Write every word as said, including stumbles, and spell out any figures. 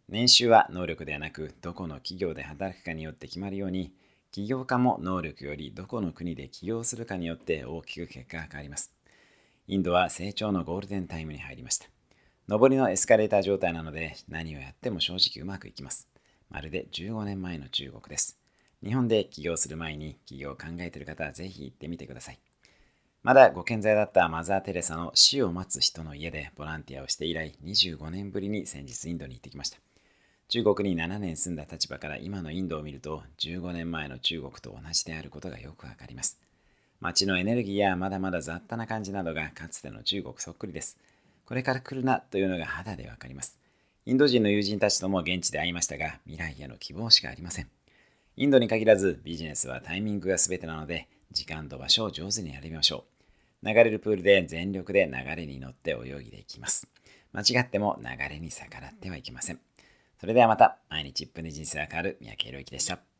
年収は能力ではなく、どこの企業で働くかによって決まるように、起業家も能力よりどこの国で起業するかによって大きく結果が変わります。インドは成長のゴールデンタイムに入りました。上りのエスカレーター状態なので、何をやっても正直うまくいきます。まるでじゅうごねんまえの中国です。日本で起業する前に起業を考えている方はぜひ行ってみてください。まだご健在だったマザー・テレサの死を待つ人の家でボランティアをして以来、にじゅうごねんぶりに先日インドに行ってきました。中国にななねん住んだ立場から今のインドを見ると、じゅうごねんまえの中国と同じであることがよくわかります。街のエネルギーやまだまだ雑多な感じなどがかつての中国そっくりです。これから来るなというのが肌でわかります。インド人の友人たちとも現地で会いましたが、未来への希望しかありません。インドに限らずビジネスはタイミングが全てなので、時間と場所を上手にやりましょう。流れるプールで全力で流れに乗って泳ぎでいきます。間違っても流れに逆らってはいけません。それではまた、毎日いっぷんで人生が変わる三宅宏之でした。